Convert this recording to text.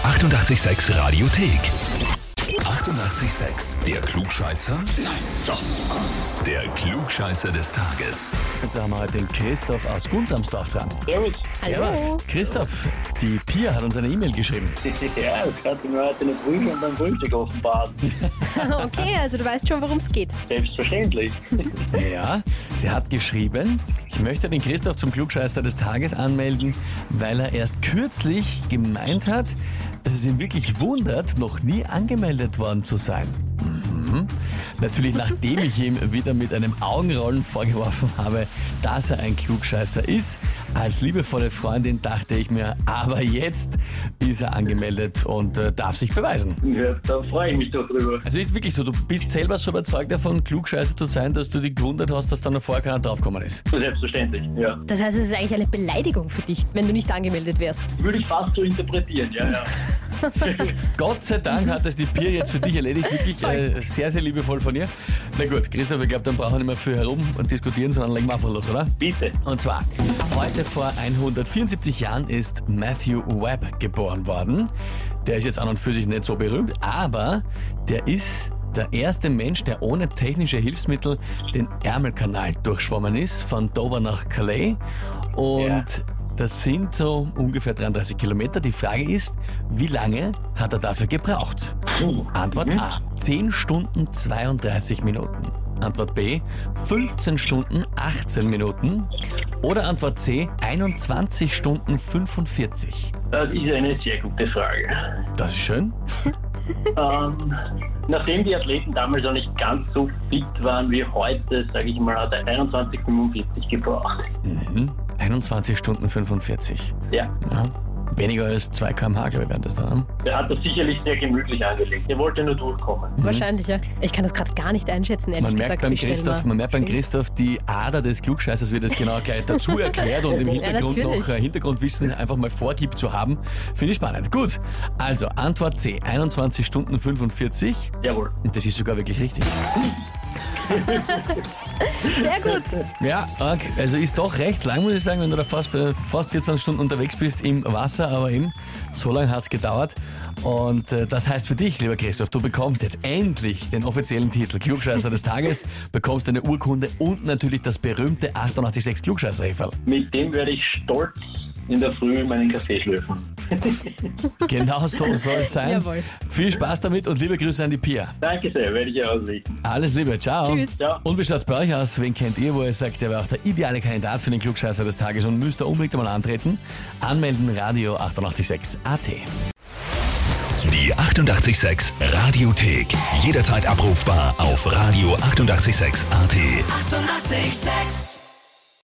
886 Radiothek. 88,6. Der Klugscheißer? Nein, doch. Der Klugscheißer des Tages. Und da haben wir heute den Christoph aus Gundamsdorf dran. Servus. Servus. Christoph, die Pia hat uns eine E-Mail geschrieben. Ja, das kannst du mir heute in der Früh und beim Frühstück offenbaren. Okay, also du weißt schon, worum es geht. Selbstverständlich. Ja, sie hat geschrieben, ich möchte den Christoph zum Klugscheißer des Tages anmelden, weil er erst kürzlich gemeint hat, dass es ihn wirklich wundert, noch nie angemeldet worden zu sein. Natürlich, nachdem ich ihm wieder mit einem Augenrollen vorgeworfen habe, dass er ein Klugscheißer ist. Als liebevolle Freundin dachte ich mir, aber jetzt ist er angemeldet und darf sich beweisen. Ja, da freue ich mich doch drüber. Also ist wirklich so, du bist selber so überzeugt davon, Klugscheißer zu sein, dass du dich gewundert hast, dass da noch vorher keiner draufgekommen ist. Selbstverständlich, ja. Das heißt, es ist eigentlich eine Beleidigung für dich, wenn du nicht angemeldet wärst. Würde ich fast so interpretieren, ja. Gott sei Dank hat es die Pia jetzt für dich erledigt, wirklich sehr, sehr liebevoll von ihr. Na gut, Christoph, ich glaube, dann brauchen wir nicht mehr viel herum und diskutieren, sondern legen wir einfach los, oder? Bitte. Und zwar, heute vor 174 Jahren ist Matthew Webb geboren worden. Der ist jetzt an und für sich nicht so berühmt, aber der ist der erste Mensch, der ohne technische Hilfsmittel den Ärmelkanal durchschwommen ist, von Dover nach Calais. Und das sind so ungefähr 33 Kilometer. Die Frage ist, wie lange hat er dafür gebraucht? Antwort A, 10 Stunden 32 Minuten. Antwort B, 15 Stunden 18 Minuten. Oder Antwort C, 21 Stunden 45. Das ist eine sehr gute Frage. Das ist schön. Nachdem die Athleten damals noch nicht ganz so fit waren wie heute, sage ich mal, hat er 21,45 gebraucht. 21 Stunden 45. Ja. Weniger als 2 km/h, glaube ich, wären das dann. Der hat das sicherlich sehr gemütlich angelegt. Er wollte nur durchkommen. Wahrscheinlich, ja. Ich kann das gerade gar nicht einschätzen, ehrlich Man gesagt. merkt beim Christoph, die Ader des Klugscheißers wird es genau gleich dazu erklärt und im Hintergrund natürlich. noch Hintergrundwissen einfach mal vorgibt zu haben. Finde ich spannend. Gut, also Antwort C, 21 Stunden 45. Jawohl. Und das ist sogar wirklich richtig. Sehr gut. Ja, also ist doch recht lang, muss ich sagen, wenn du da fast 24 Stunden unterwegs bist im Wasser, aber eben so lange hat es gedauert. Und das heißt für dich, lieber Christoph, du bekommst jetzt endlich den offiziellen Titel Klugscheißer des Tages, bekommst eine Urkunde und natürlich das berühmte 886 Klugscheißer-Häferl. Mit dem werde ich stolz in der Früh meinen Kaffee schlürfen. Genau so soll es sein. Jawohl. Viel Spaß damit und liebe Grüße an die Pia. Danke sehr, werde ich ja ausrichten. Alles Liebe, ciao. Tschüss. Ciao. Und wie schaut's bei euch aus? Wen kennt ihr, wo ihr sagt, der wäre auch der ideale Kandidat für den Klugscheißer des Tages und müsst ihr unbedingt einmal antreten? Anmelden, Radio 886 AT. Die 88,6 Radiothek. Jederzeit abrufbar auf Radio 88,6 AT. 88,6.